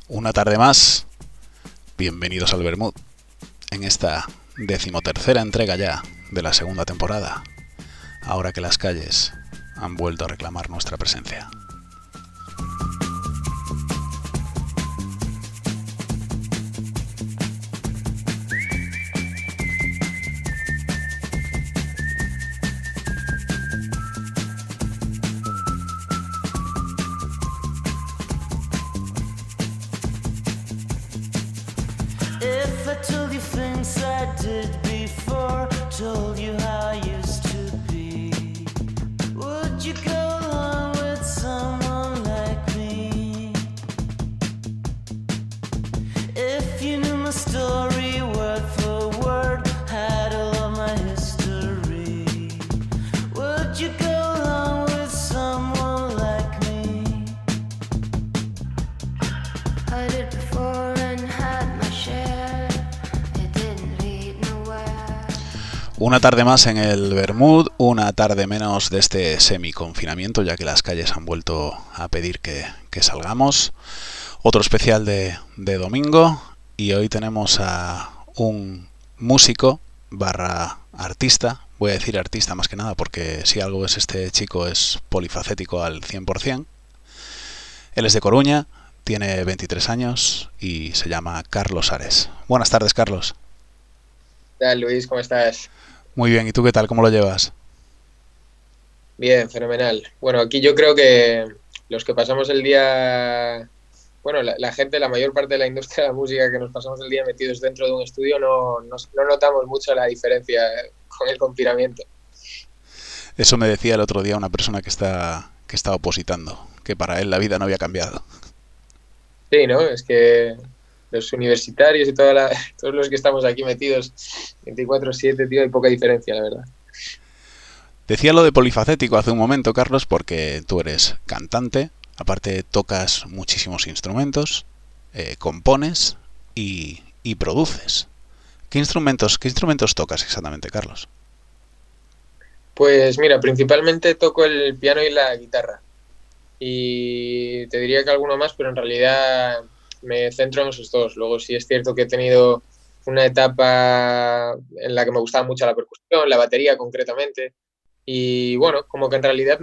Una tarde más, bienvenidos al Bermud, en esta 13ª entrega ya de la segunda temporada, ahora que las calles han vuelto a reclamar nuestra presencia. Una tarde más en el Bermud, una tarde menos de este semi-confinamiento, ya que las calles han vuelto a pedir que salgamos. Otro especial de domingo, y hoy tenemos a un músico barra artista. Voy a decir artista más que nada porque si algo es este chico es polifacético al 100%. Él es de Coruña, tiene 23 años y se llama Carlos Ares. Buenas tardes, Carlos. ¿Qué tal, Luis? ¿Cómo estás? Muy bien, ¿y tú qué tal? ¿Cómo lo llevas? Bien, fenomenal. Bueno, aquí yo creo que los que pasamos el día, bueno, la gente, la mayor parte de la industria de la música que nos pasamos el día metidos dentro de un estudio no notamos mucho la diferencia con el confinamiento. Eso me decía el otro día una persona que está opositando, que para él la vida no había cambiado. Sí, ¿no? Es que los universitarios y todos los que estamos aquí metidos 24/7, tío, hay poca diferencia, la verdad. Decía lo de polifacético hace un momento, Carlos, porque tú eres cantante, aparte tocas muchísimos instrumentos, compones y produces. ¿Qué instrumentos tocas exactamente, Carlos? Pues mira, principalmente toco el piano y la guitarra. Y te diría que alguno más, pero en realidad me centro en esos dos. Luego sí es cierto que he tenido una etapa en la que me gustaba mucho la percusión, la batería concretamente. Y bueno, como que en realidad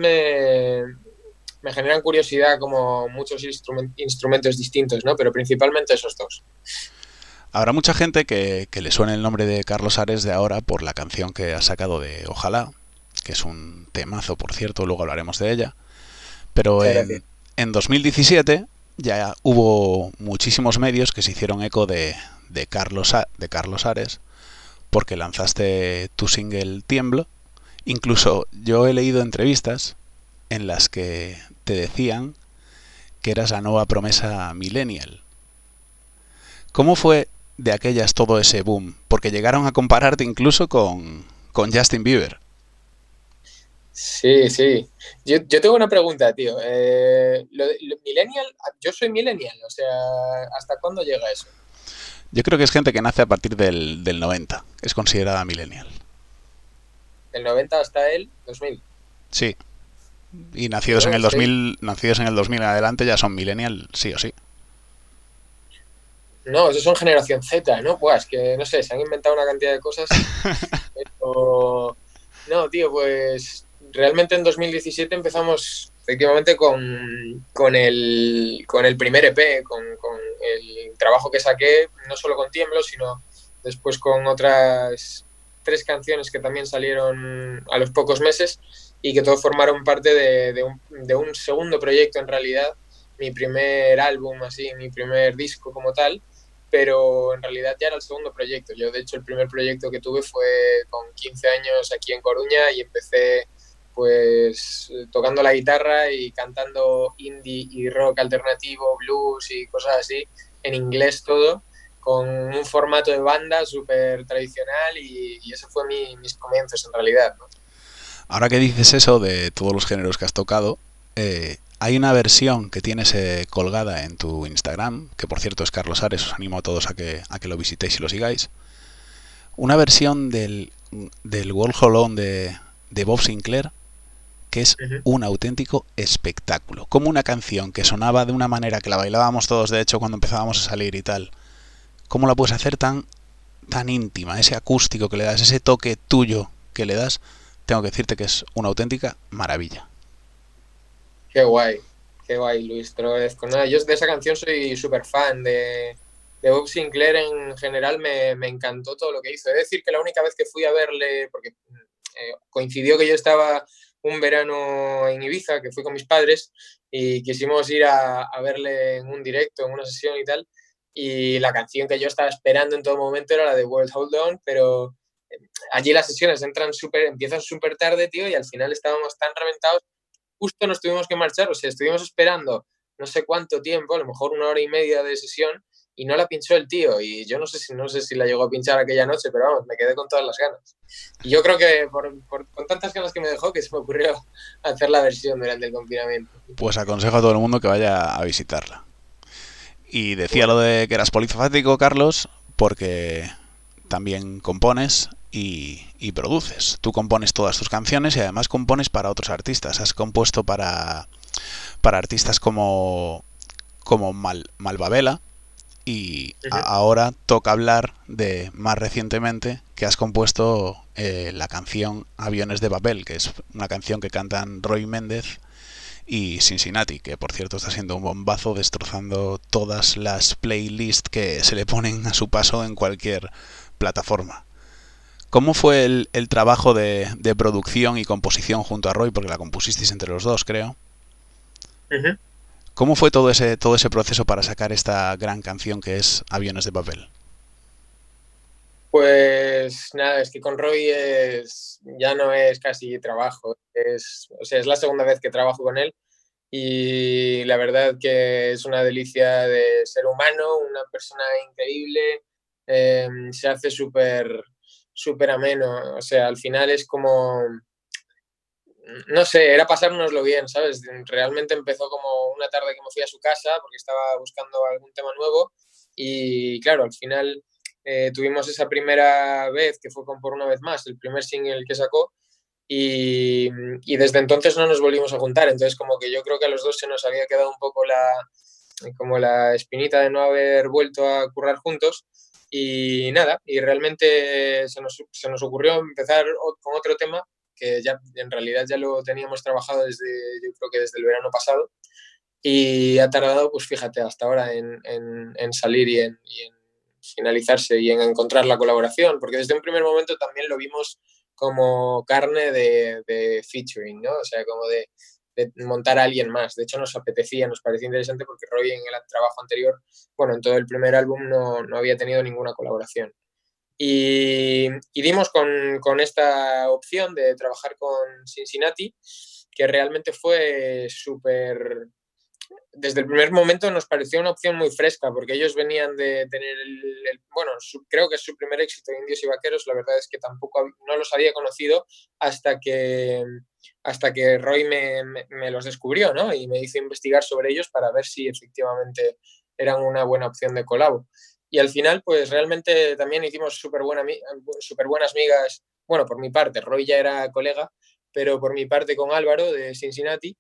me generan curiosidad como muchos instrumentos distintos, ¿no? Pero principalmente esos dos. Habrá mucha gente que le suene el nombre de Carlos Ares de ahora por la canción que ha sacado de Ojalá, que es un temazo, por cierto, luego hablaremos de ella. Pero en 2017 ya hubo muchísimos medios que se hicieron eco de Carlos Ares porque lanzaste tu single Tiemblo. Incluso yo he leído entrevistas en las que te decían que eras la nueva promesa millennial. ¿Cómo fue de aquellas todo ese boom? Porque llegaron a compararte incluso con Justin Bieber. Sí, sí. Yo tengo una pregunta, tío. Millennial, yo soy millennial, o sea, ¿hasta cuándo llega eso? Yo creo que es gente que nace a partir del 90, es considerada millennial. ¿Del 90 hasta el 2000? Sí. Y nacidos en el 2000 en adelante ya son millennial, sí o sí. No, esos son generación Z, ¿no? Pues que, no sé, se han inventado una cantidad de cosas. Pero... No, tío, pues realmente en 2017 empezamos efectivamente con el primer EP, con el trabajo que saqué, no solo con Tiemblo, sino después con otras 3 canciones que también salieron a los pocos meses y que todos formaron parte de un segundo proyecto en realidad, mi primer álbum, así, mi primer disco como tal, pero en realidad ya era el segundo proyecto. Yo, de hecho, el primer proyecto que tuve fue con 15 años aquí en Coruña y empecé pues tocando la guitarra y cantando indie y rock alternativo, blues y cosas así, en inglés todo, con un formato de banda súper tradicional y ese fue mis comienzos en realidad, ¿no? Ahora que dices eso de todos los géneros que has tocado, hay una versión que tienes colgada en tu Instagram, que por cierto es Carlos Ares, os animo a todos a que lo visitéis y lo sigáis. Una versión del Walk On de Bob Sinclair que es Ujú. un auténtico espectáculo. Como una canción que sonaba de una manera que la bailábamos todos, de hecho, cuando empezábamos a salir y tal. ¿Cómo la puedes hacer tan íntima? Ese acústico que le das, ese toque tuyo que le das, tengo que decirte que es una auténtica maravilla. Qué guay, Luis, te lo agradezco. Nada, yo de esa canción soy súper fan de Bob Sinclair en general, me encantó todo lo que hizo. He de decir que la única vez que fui a verle, porque coincidió que yo estaba un verano en Ibiza, que fui con mis padres, y quisimos ir a verle en un directo, en una sesión y tal, y la canción que yo estaba esperando en todo momento era la de World Hold On, pero allí las sesiones empiezan súper tarde, tío, y al final estábamos tan reventados, justo nos tuvimos que marchar, o sea, estuvimos esperando no sé cuánto tiempo, a lo mejor 1 hora y media de sesión, y no la pinchó el tío, y yo no sé si la llegó a pinchar aquella noche, pero vamos, me quedé con todas las ganas. Y yo creo que con tantas ganas que me dejó, que se me ocurrió hacer la versión durante el confinamiento. Pues aconsejo a todo el mundo que vaya a visitarla. Y decía Bueno, lo de que eras polifacético, Carlos, porque también compones y produces. Tú compones todas tus canciones y además compones para otros artistas. Has compuesto para artistas como Malvavela y uh-huh. ahora toca hablar de, más recientemente, que has compuesto la canción Aviones de Babel, que es una canción que cantan Roy Méndez y Cincinnati, que por cierto está siendo un bombazo, destrozando todas las playlists que se le ponen a su paso en cualquier plataforma. ¿Cómo fue el trabajo de producción y composición junto a Roy? Porque la compusisteis entre los dos, creo. Uh-huh. ¿Cómo fue todo ese proceso para sacar esta gran canción que es Aviones de Papel? Pues nada, es que con Roy ya no es casi trabajo, o sea, es la segunda vez que trabajo con él y la verdad que es una delicia de ser humano, una persona increíble, se hace súper súper ameno, o sea, al final es como, no sé, era pasárnoslo bien, ¿sabes? Realmente empezó como una tarde que me fui a su casa porque estaba buscando algún tema nuevo y claro, al final tuvimos esa primera vez que fue con Por una vez más, el primer single que sacó y desde entonces no nos volvimos a juntar, entonces como que yo creo que a los dos se nos había quedado un poco como la espinita de no haber vuelto a currar juntos y nada, y realmente se nos ocurrió empezar con otro tema que ya en realidad ya lo teníamos trabajado yo creo que desde el verano pasado y ha tardado, pues fíjate, hasta ahora en salir y en finalizarse y en encontrar la colaboración, porque desde un primer momento también lo vimos como carne de featuring, ¿no? O sea, como de montar a alguien más. De hecho, nos apetecía, nos parecía interesante porque Roy en el trabajo anterior, bueno, en todo el primer álbum no había tenido ninguna colaboración. Y dimos con esta opción de trabajar con Cincinnati, que realmente fue súper, desde el primer momento nos pareció una opción muy fresca, porque ellos venían de tener bueno, creo que es su primer éxito, Indios y Vaqueros, la verdad es que tampoco no los había conocido hasta que Roy me los descubrió, ¿no? Y me hizo investigar sobre ellos para ver si efectivamente eran una buena opción de colabo. Y al final, pues realmente también hicimos súper buenas migas. Bueno, por mi parte, Roy ya era colega, pero por mi parte con Álvaro de Cincinnati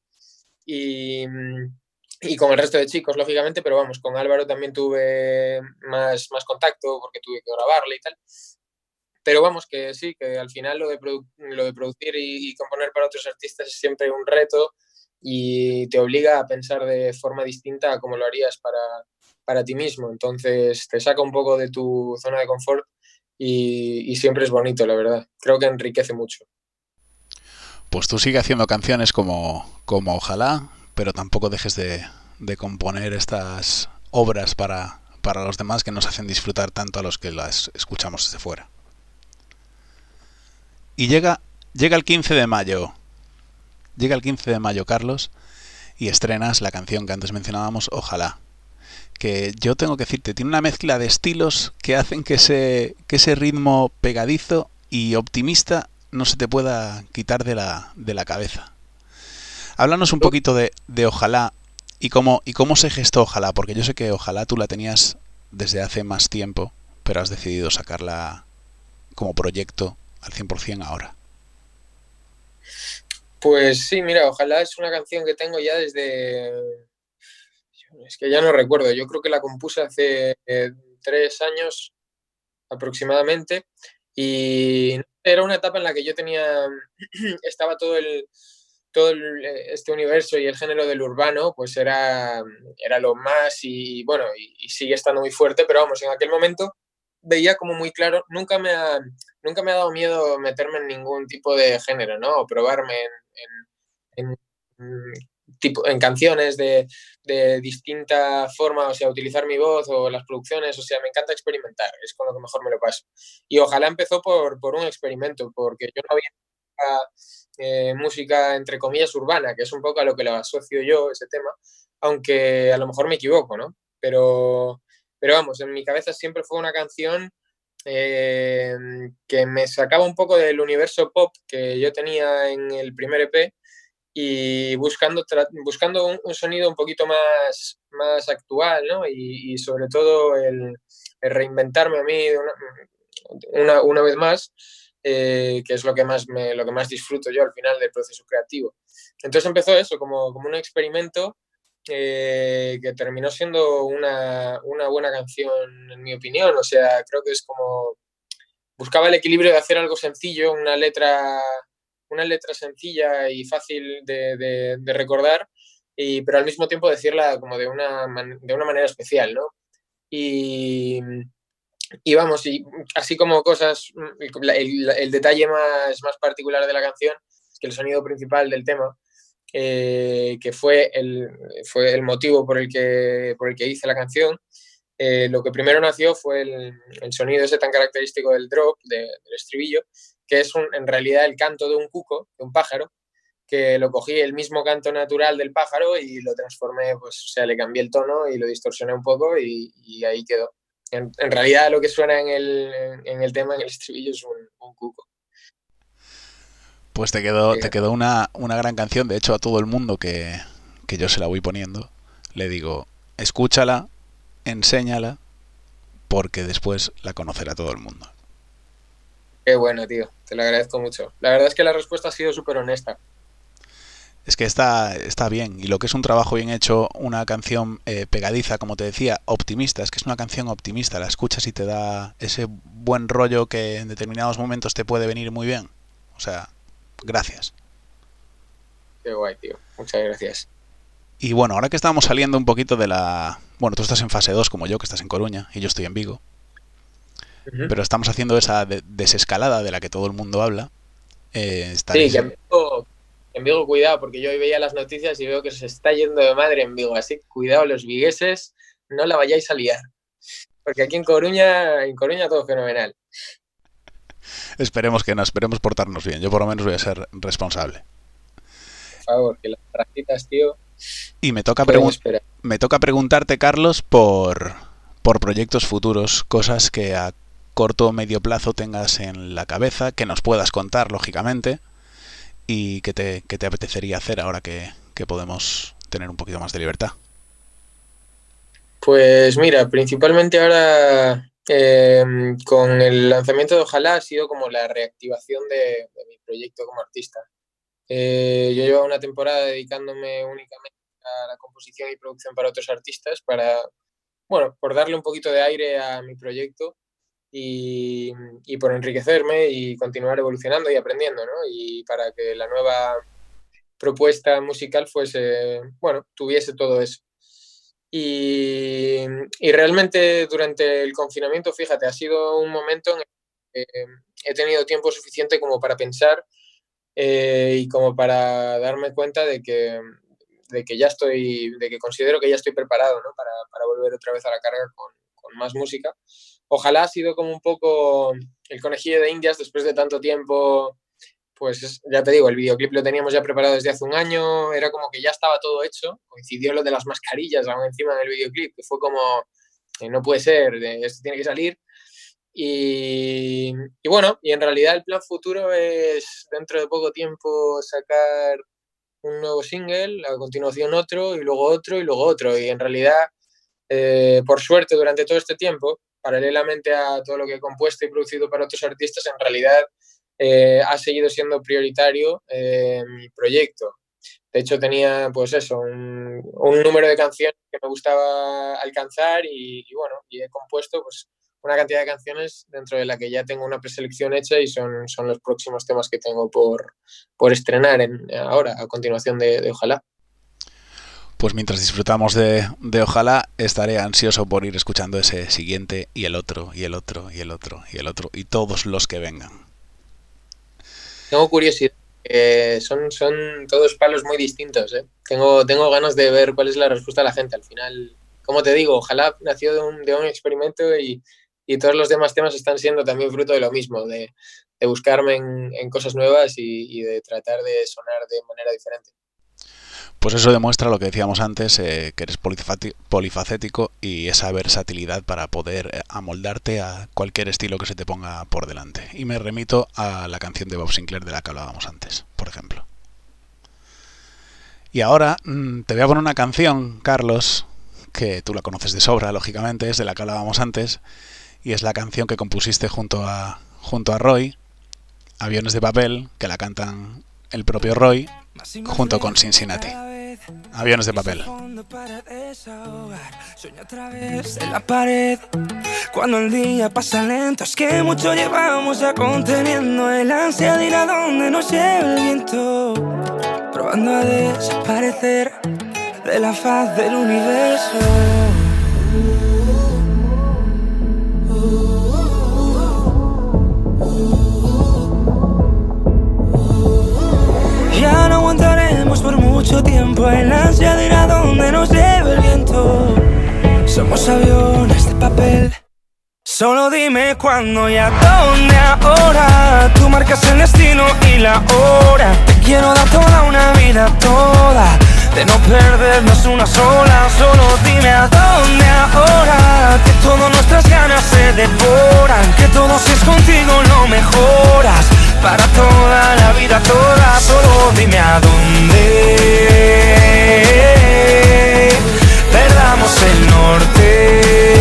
y con el resto de chicos, lógicamente, pero vamos, con Álvaro también tuve más contacto porque tuve que grabarle y tal. Pero vamos, que sí, que al final lo de producir y componer para otros artistas es siempre un reto y te obliga a pensar de forma distinta a cómo lo harías para ti mismo. Entonces te saca un poco de tu zona de confort y siempre es bonito, la verdad. Creo que enriquece mucho. Pues tú sigue haciendo canciones como Ojalá, pero tampoco dejes de componer estas obras para los demás que nos hacen disfrutar tanto a los que las escuchamos desde fuera. Y llega el 15 de mayo. Llega el 15 de mayo, Carlos, y estrenas la canción que antes mencionábamos, Ojalá. Que yo tengo que decirte, tiene una mezcla de estilos que hacen que ese ritmo pegadizo y optimista no se te pueda quitar de la cabeza. Háblanos un poquito de Ojalá y cómo se gestó Ojalá, porque yo sé que Ojalá tú la tenías desde hace más tiempo, pero has decidido sacarla como proyecto al 100% ahora. Pues sí, mira, ojalá es una canción que tengo ya desde... Es que ya no recuerdo, yo creo que la compuse hace 3 años aproximadamente y era una etapa en la que yo tenía, estaba este universo y el género del urbano, pues era lo más y bueno, y sigue estando muy fuerte, pero vamos, en aquel momento veía como muy claro, nunca me ha dado miedo meterme en ningún tipo de género, ¿no? O probarme en canciones de distinta forma, o sea, utilizar mi voz o las producciones, o sea, me encanta experimentar, es con lo que mejor me lo paso. Y ojalá empezó por un experimento, porque yo no había música, entre comillas, urbana, que es un poco a lo que lo asocio yo, ese tema, aunque a lo mejor me equivoco, ¿no? Pero vamos, en mi cabeza siempre fue una canción que me sacaba un poco del universo pop que yo tenía en el primer EP y buscando un sonido un poquito más actual, ¿no? Y sobre todo el reinventarme a mí de una vez más, que es lo que más disfruto yo al final del proceso creativo. Entonces empezó eso como un experimento que terminó siendo una buena canción, en mi opinión. O sea, creo que es como... Buscaba el equilibrio de hacer algo sencillo, una letra sencilla y fácil de recordar, pero al mismo tiempo decirla como de una manera especial, ¿no? Y, y vamos, y así como cosas, el detalle más particular de la canción es que el sonido principal del tema, que fue el motivo por el que hice la canción, lo que primero nació fue el sonido ese tan característico del drop, del estribillo, que es en realidad el canto de un cuco, de un pájaro, que lo cogí el mismo canto natural del pájaro y lo transformé, pues, o sea, le cambié el tono y lo distorsioné un poco y ahí quedó. En realidad lo que suena en el tema, en el estribillo, es un cuco. Pues te Fíjate. quedó una gran canción. De hecho, a todo el mundo que yo se la voy poniendo, le digo, escúchala, enséñala, porque después la conocerá todo el mundo. Qué bueno, tío. Te lo agradezco mucho. La verdad es que la respuesta ha sido súper honesta. Es que está bien, y lo que es un trabajo bien hecho, una canción pegadiza, como te decía, optimista, es que es una canción optimista, la escuchas y te da ese buen rollo que en determinados momentos te puede venir muy bien. O sea, gracias. Qué guay, tío. Muchas gracias. Y bueno, ahora que estamos saliendo un poquito de la... Bueno, tú estás en fase 2 como yo, que estás en Coruña, y yo estoy en Vigo, Uh-huh. pero estamos haciendo esa desescalada de la que todo el mundo habla. Sí, que Estaréis... en Vigo, cuidado, porque yo hoy veía las noticias y veo que se está yendo de madre en Vigo. Así que cuidado, los vigueses, no la vayáis a liar. Porque aquí en Coruña todo fenomenal. Esperemos que no, esperemos portarnos bien. Yo por lo menos voy a ser responsable. Por favor, que las trajitas, tío, Y pueden esperar. me toca preguntarte, Carlos, por proyectos futuros, cosas que a corto o medio plazo tengas en la cabeza, que nos puedas contar, lógicamente, y que te apetecería hacer ahora que podemos tener un poquito más de libertad. Pues mira, principalmente ahora con el lanzamiento de Ojalá ha sido como la reactivación de mi proyecto como artista. Yo llevo una temporada dedicándome únicamente a la composición y producción para otros artistas, bueno, por darle un poquito de aire a mi proyecto y, y por enriquecerme y continuar evolucionando y aprendiendo, ¿no? Y para que la nueva propuesta musical bueno, tuviese todo eso. Y, y realmente durante el confinamiento, fíjate, ha sido un momento en el que he tenido tiempo suficiente como para pensar y como para darme cuenta de que ya de que considero que ya estoy preparado, ¿no? Para volver otra vez a la carga con más música. Ojalá ha sido como un poco el conejillo de Indias después de tanto tiempo. Pues ya te digo, el videoclip lo teníamos ya preparado desde hace un año, era como que ya estaba todo hecho, coincidió lo de las mascarillas aún encima del videoclip, que fue como, no puede ser, esto tiene que salir. Y bueno, y en realidad el plan futuro es dentro de poco tiempo sacar un nuevo single, a continuación otro, y luego otro, y luego otro. Y en realidad, por suerte, durante todo este tiempo, paralelamente a todo lo que he compuesto y producido para otros artistas, en realidad ha seguido siendo prioritario mi proyecto. De hecho, tenía pues eso, un número de canciones que me gustaba alcanzar y bueno, y he compuesto pues una cantidad de canciones dentro de la que ya tengo una preselección hecha y son los próximos temas que tengo por estrenar ahora, a continuación de Ojalá. Pues mientras disfrutamos de Ojalá, estaré ansioso por ir escuchando ese siguiente y el otro, y el otro, y el otro, y el otro, y todos los que vengan. Tengo curiosidad. Son todos palos muy distintos, ¿eh? Tengo ganas de ver cuál es la respuesta de la gente. Al final, como te digo, Ojalá nació de un experimento y todos los demás temas están siendo también fruto de lo mismo, de buscarme en cosas nuevas y de tratar de sonar de manera diferente. Pues eso demuestra lo que decíamos antes, que eres polifacético y esa versatilidad para poder amoldarte a cualquier estilo que se te ponga por delante. Y me remito a la canción de Bob Sinclair de la que hablábamos antes, por ejemplo. Y ahora te voy a poner una canción, Carlos, que tú la conoces de sobra, lógicamente, es de la que hablábamos antes, y es la canción que compusiste junto a Roy, Aviones de papel, que la cantan el propio Roy, junto con Cincinnati. Aviones de papel. Sueño a través de la pared. Cuando el día pasa lento, es que mucho llevamos ya conteniendo el ansia de ir a donde nos lleve el viento, probando a desaparecer de la faz del universo. Ya no aguantaremos por mucho tiempo el ansia de ir a donde nos lleve el viento. Somos aviones de papel. Solo dime cuándo y a dónde ahora. Tú marcas el destino y la hora. Te quiero dar toda una vida, toda, de no perdernos una sola. Solo dime a dónde ahora. Que todas nuestras ganas se devoran. Que todo si es contigo lo mejoras. Para toda la vida, toda. Solo dime a dónde. Perdamos el norte.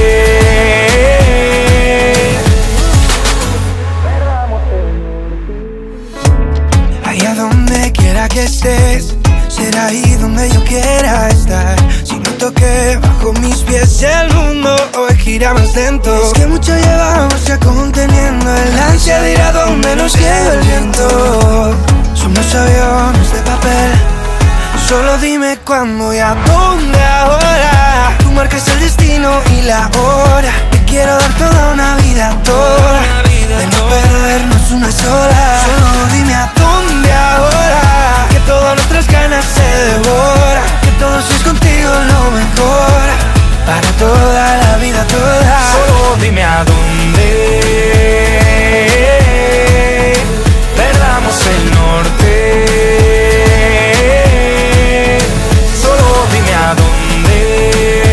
Allá donde quiera que estés, será ahí donde yo quiera estar. Si noto que bajo mis pies el mundo hoy gira más lento. Es que mucho llevamos ya conteniendo el ansia de ir a donde nos lleva el viento. Somos aviones de papel. Solo dime cuándo y a dónde ahora. Tú marcas el destino y la hora. Te quiero dar toda una vida, toda, de no perdernos una sola. Solo dime a dónde ahora. Que todas nuestras ganas se devoran. Que todo si es contigo lo mejor. Para toda la vida, toda. Solo dime a dónde. Perdamos el norte. Solo dime a dónde.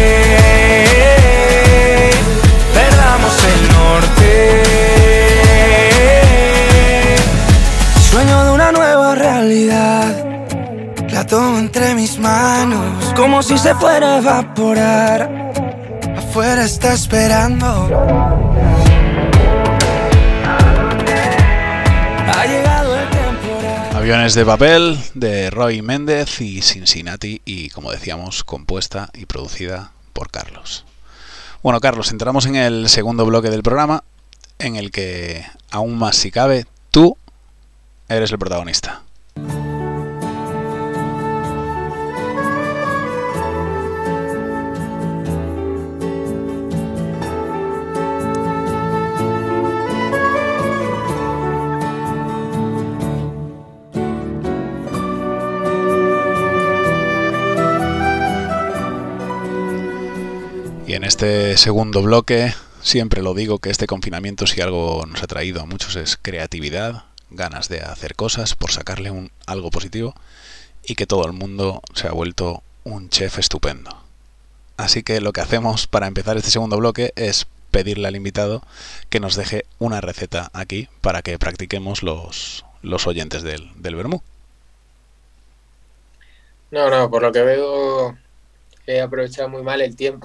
Perdamos el norte. Sueño de una nueva realidad. La tomo entre mis manos, como si se fuera a evaporar. Afuera está esperando. Ha llegado el temporal. Aviones de papel de Roy Méndez y Cincinnati, y como decíamos, compuesta y producida por Carlos. Bueno, Carlos, entramos en el segundo bloque del programa, en el que, aún más si cabe, tú eres el protagonista. Y en este segundo bloque, siempre lo digo, que este confinamiento, si algo nos ha traído a muchos, es creatividad, ganas de hacer cosas por sacarle algo positivo, y que todo el mundo se ha vuelto un chef estupendo. Así que lo que hacemos para empezar este segundo bloque es pedirle al invitado que nos deje una receta aquí para que practiquemos los oyentes del vermú. No, por lo que veo he aprovechado muy mal el tiempo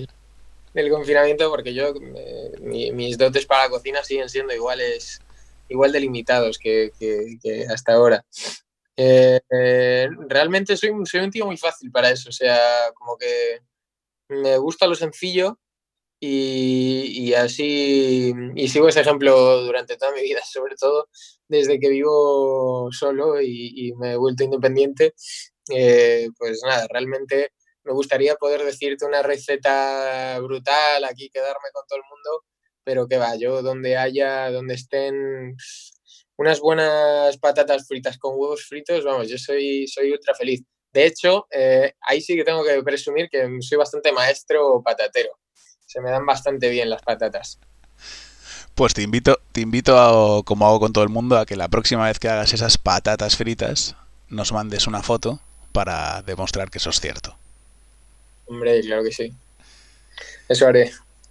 del confinamiento, porque yo mis dotes para la cocina siguen siendo iguales igual de limitados que hasta ahora. Realmente soy un tío muy fácil para eso, o sea, como que me gusta lo sencillo y así, y sigo ese ejemplo durante toda mi vida, sobre todo desde que vivo solo y me he vuelto independiente. Pues nada, realmente me gustaría poder decirte una receta brutal aquí, quedarme con todo el mundo, pero que va, yo donde estén unas buenas patatas fritas con huevos fritos, vamos, yo soy ultra feliz. De hecho, ahí sí que tengo que presumir que soy bastante maestro patatero. Se me dan bastante bien las patatas. Pues te invito como hago con todo el mundo, a que la próxima vez que hagas esas patatas fritas nos mandes una foto para demostrar que eso es cierto. Hombre, claro que sí. Eso haré.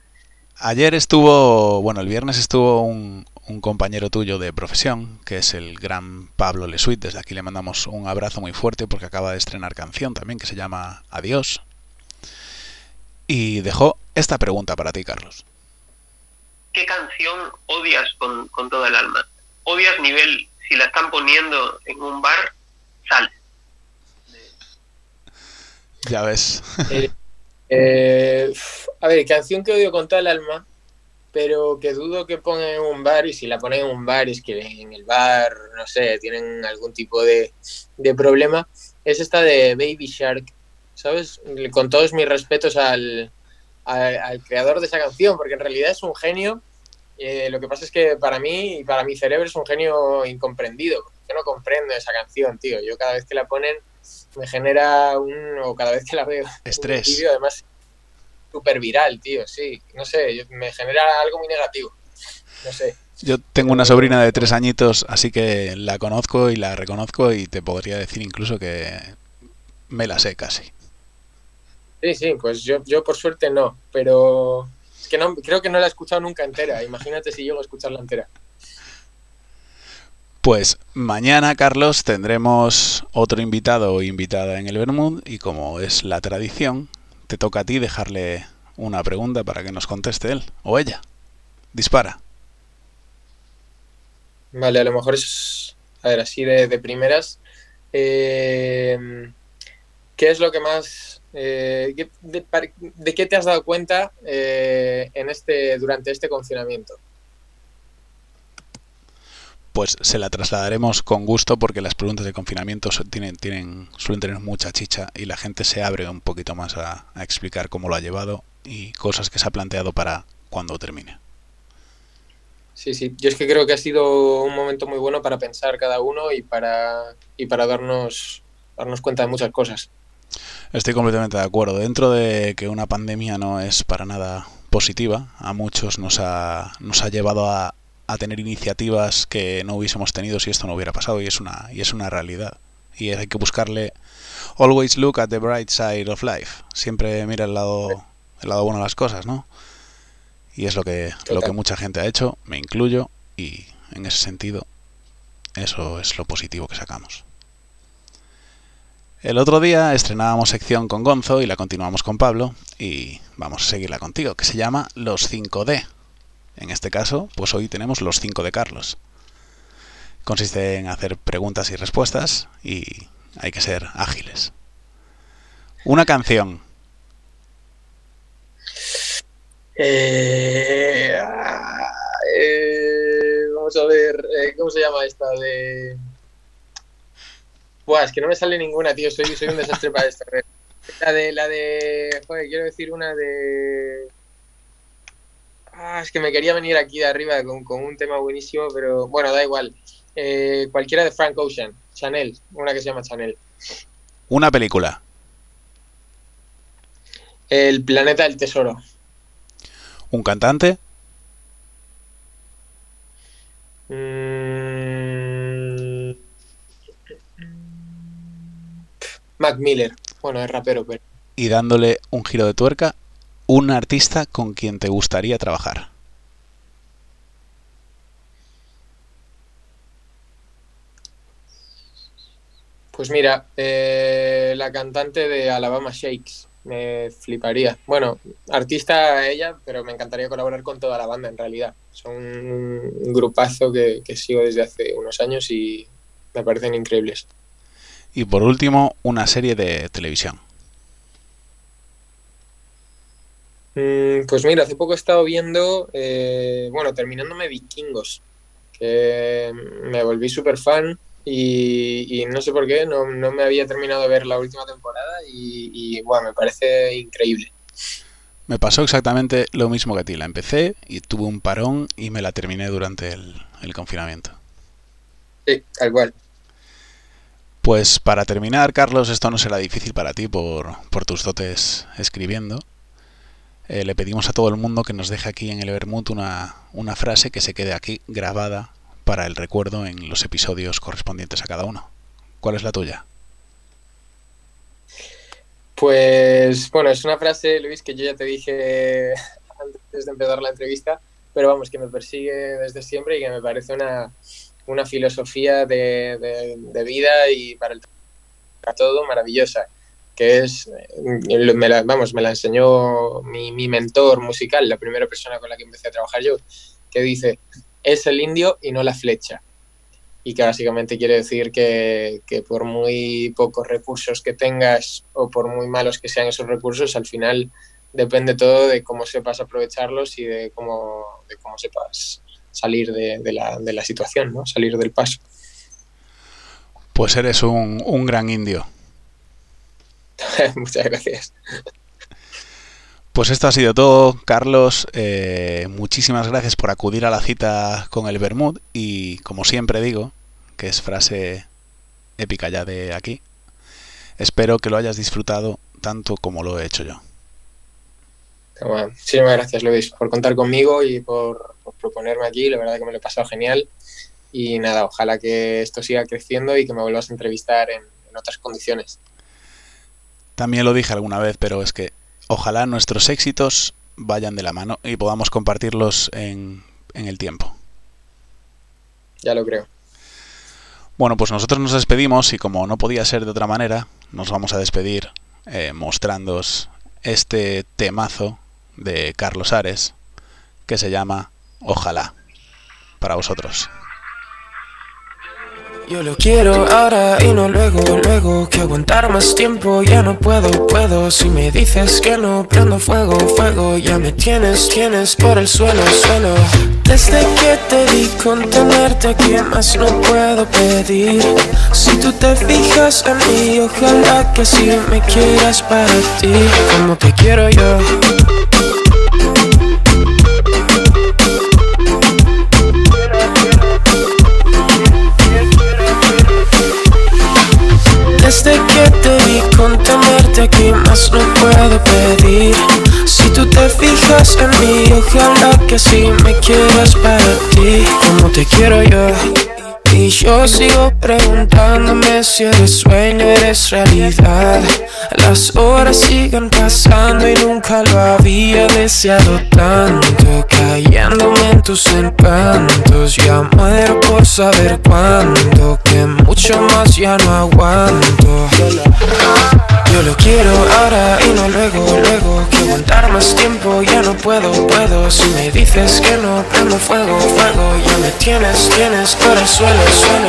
El viernes estuvo un compañero tuyo de profesión, que es el gran Pablo Lesuit. Desde aquí le mandamos un abrazo muy fuerte porque acaba de estrenar canción también, que se llama Adiós. Y dejó esta pregunta para ti, Carlos. ¿Qué canción odias con toda el alma? Odias nivel, si la están poniendo en un bar, sale. Ya ves. A ver, canción que odio con toda el alma, pero que dudo que pongan en un bar, y si la ponen en un bar es que en el bar, no sé, tienen algún tipo de problema, es esta de Baby Shark, ¿sabes? Con todos mis respetos al creador de esa canción, porque en realidad es un genio. Lo que pasa es que para mí y para mi cerebro es un genio incomprendido. Yo no comprendo esa canción, tío. Yo cada vez que la ponen me genera o cada vez que la veo, estrés. Un vídeo, además súper viral, tío, sí. No sé, me genera algo muy negativo. No sé. Yo tengo una sobrina de 3 añitos, así que la conozco y la reconozco y te podría decir incluso que me la sé casi. Sí, pues yo por suerte no, pero es que no, creo que no la he escuchado nunca entera. Imagínate si llego a escucharla entera. Pues mañana, Carlos, tendremos otro invitado o invitada en el Bermud y como es la tradición, te toca a ti dejarle una pregunta para que nos conteste él o ella. Dispara. Vale, a lo mejor es, a ver, así de primeras. ¿Qué es lo que más... ¿de qué te has dado cuenta durante este confinamiento? Pues se la trasladaremos con gusto porque las preguntas de confinamiento suelen tener mucha chicha y la gente se abre un poquito más a explicar cómo lo ha llevado y cosas que se ha planteado para cuando termine. Sí, yo es que creo que ha sido un momento muy bueno para pensar cada uno y para darnos cuenta de muchas cosas. Estoy completamente de acuerdo. Dentro de que una pandemia no es para nada positiva, a muchos nos ha llevado a tener iniciativas que no hubiésemos tenido si esto no hubiera pasado y es una realidad. Y hay que buscarle always look at the bright side of life. Siempre mira el lado bueno de las cosas, ¿no? Y es lo que mucha gente ha hecho, me incluyo, y en ese sentido eso es lo positivo que sacamos. El otro día estrenábamos sección con Gonzo y la continuamos con Pablo y vamos a seguirla contigo, que se llama Los 5D. En este caso, pues hoy tenemos los 5 de Carlos. Consiste en hacer preguntas y respuestas y hay que ser ágiles. Una canción. Vamos a ver, ¿cómo se llama esta? Buah, es que no me sale ninguna, tío, soy un desastre para esto. Joder, quiero decir una de... es que me quería venir aquí de arriba con un tema buenísimo, pero bueno, da igual. Cualquiera de Frank Ocean, Chanel, una que se llama Chanel. Una película. El planeta del tesoro. Un cantante. Mac Miller, bueno, es rapero, pero... Y dándole un giro de tuerca, un artista con quien te gustaría trabajar. Pues mira, la cantante de Alabama Shakes. me fliparía. Bueno, artista ella, pero me encantaría colaborar con toda la banda en realidad. Son un grupazo que sigo desde hace unos años y me parecen increíbles. Y por último, una serie de televisión. Pues mira, hace poco he estado viendo, terminándome Vikingos, que me volví súper fan y no sé por qué, no me había terminado de ver la última temporada y bueno, me parece increíble. Me pasó exactamente lo mismo que a ti. La empecé y tuve un parón y me la terminé durante el confinamiento. Sí, tal cual. Pues para terminar, Carlos, esto no será difícil para ti por tus dotes escribiendo. Le pedimos a todo el mundo que nos deje aquí en el Vermut una frase que se quede aquí grabada para el recuerdo en los episodios correspondientes a cada uno. ¿Cuál es la tuya? Pues bueno, es una frase, Luis, que yo ya te dije antes de empezar la entrevista, pero vamos, que me persigue desde siempre y que me parece una filosofía de vida y para todo maravillosa, que es, me la enseñó mi mentor musical, la primera persona con la que empecé a trabajar yo, que dice, es el indio y no la flecha. Y que básicamente quiere decir que por muy pocos recursos que tengas o por muy malos que sean esos recursos, al final depende todo de cómo sepas aprovecharlos y de cómo sepas salir de la situación, ¿no? Salir del paso. Pues eres un gran indio. Muchas gracias. Pues esto ha sido todo, Carlos. Muchísimas gracias por acudir a la cita con el Vermut y, como siempre digo, que es frase épica ya de aquí, espero que lo hayas disfrutado tanto como lo he hecho yo. Bueno, muchísimas gracias, Luis, por contar conmigo y por proponerme aquí. La verdad que me lo he pasado genial y nada, ojalá que esto siga creciendo y que me vuelvas a entrevistar en otras condiciones. También lo dije alguna vez, pero es que ojalá nuestros éxitos vayan de la mano y podamos compartirlos en el tiempo. Ya lo creo. Bueno, pues nosotros nos despedimos y como no podía ser de otra manera, nos vamos a despedir mostrándoos este temazo de Carlos Ares que se llama Ojalá, para vosotros. Yo lo quiero ahora y no luego, que aguantar más tiempo ya no puedo, si me dices que no prendo fuego, ya me tienes por el suelo, desde que te vi con tenerte aquí más no puedo pedir, si tú te fijas en mí, ojalá que sí me quieras para ti, como te quiero yo. Desde que te vi con tenerte aquí más no puedo pedir, si tú te fijas en mí, ojalá que sí me quieras para ti, como te quiero yo. Y yo sigo preguntándome si eres sueño, eres realidad. Las horas siguen pasando y nunca lo había deseado tanto, cayéndome en tus encantos. Ya muero por saber cuándo, que mucho más ya no aguanto. Yo lo quiero ahora y no luego, que aguantar más tiempo ya no puedo, si me dices que no prendo fuego, ya me tienes por el suelo.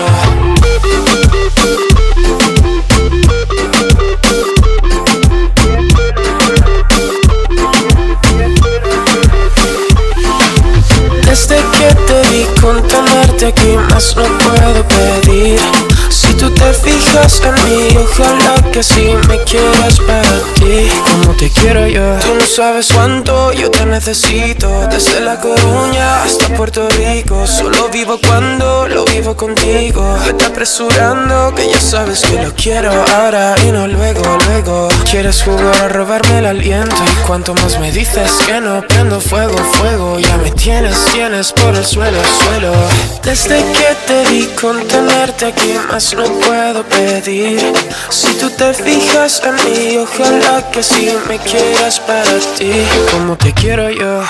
Desde que te vi con tenerte aquí más no puedo pedir, si tú te fijas en mí, ojalá que sí me quieras para ti, como te quiero yo. Tú no sabes cuánto yo te necesito, desde La Coruña hasta Puerto Rico. Solo vivo cuando lo vivo contigo. Vete apresurando que ya sabes que lo quiero ahora y no luego. Quieres jugar a robarme el aliento y cuanto más me dices que no prendo fuego, ya me tienes por el suelo. Desde que te vi con tenerte aquí más no puedo pedir, si tú te fijas en mí, ojalá que sí me quieras para ti, como te quiero yo.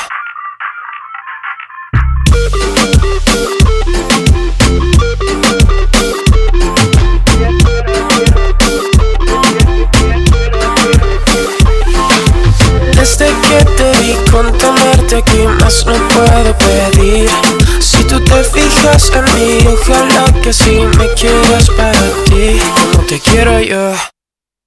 puedo pedir. Si tú te fijas en mí, ojalá que sí me quieras para ti, como te quiero yo.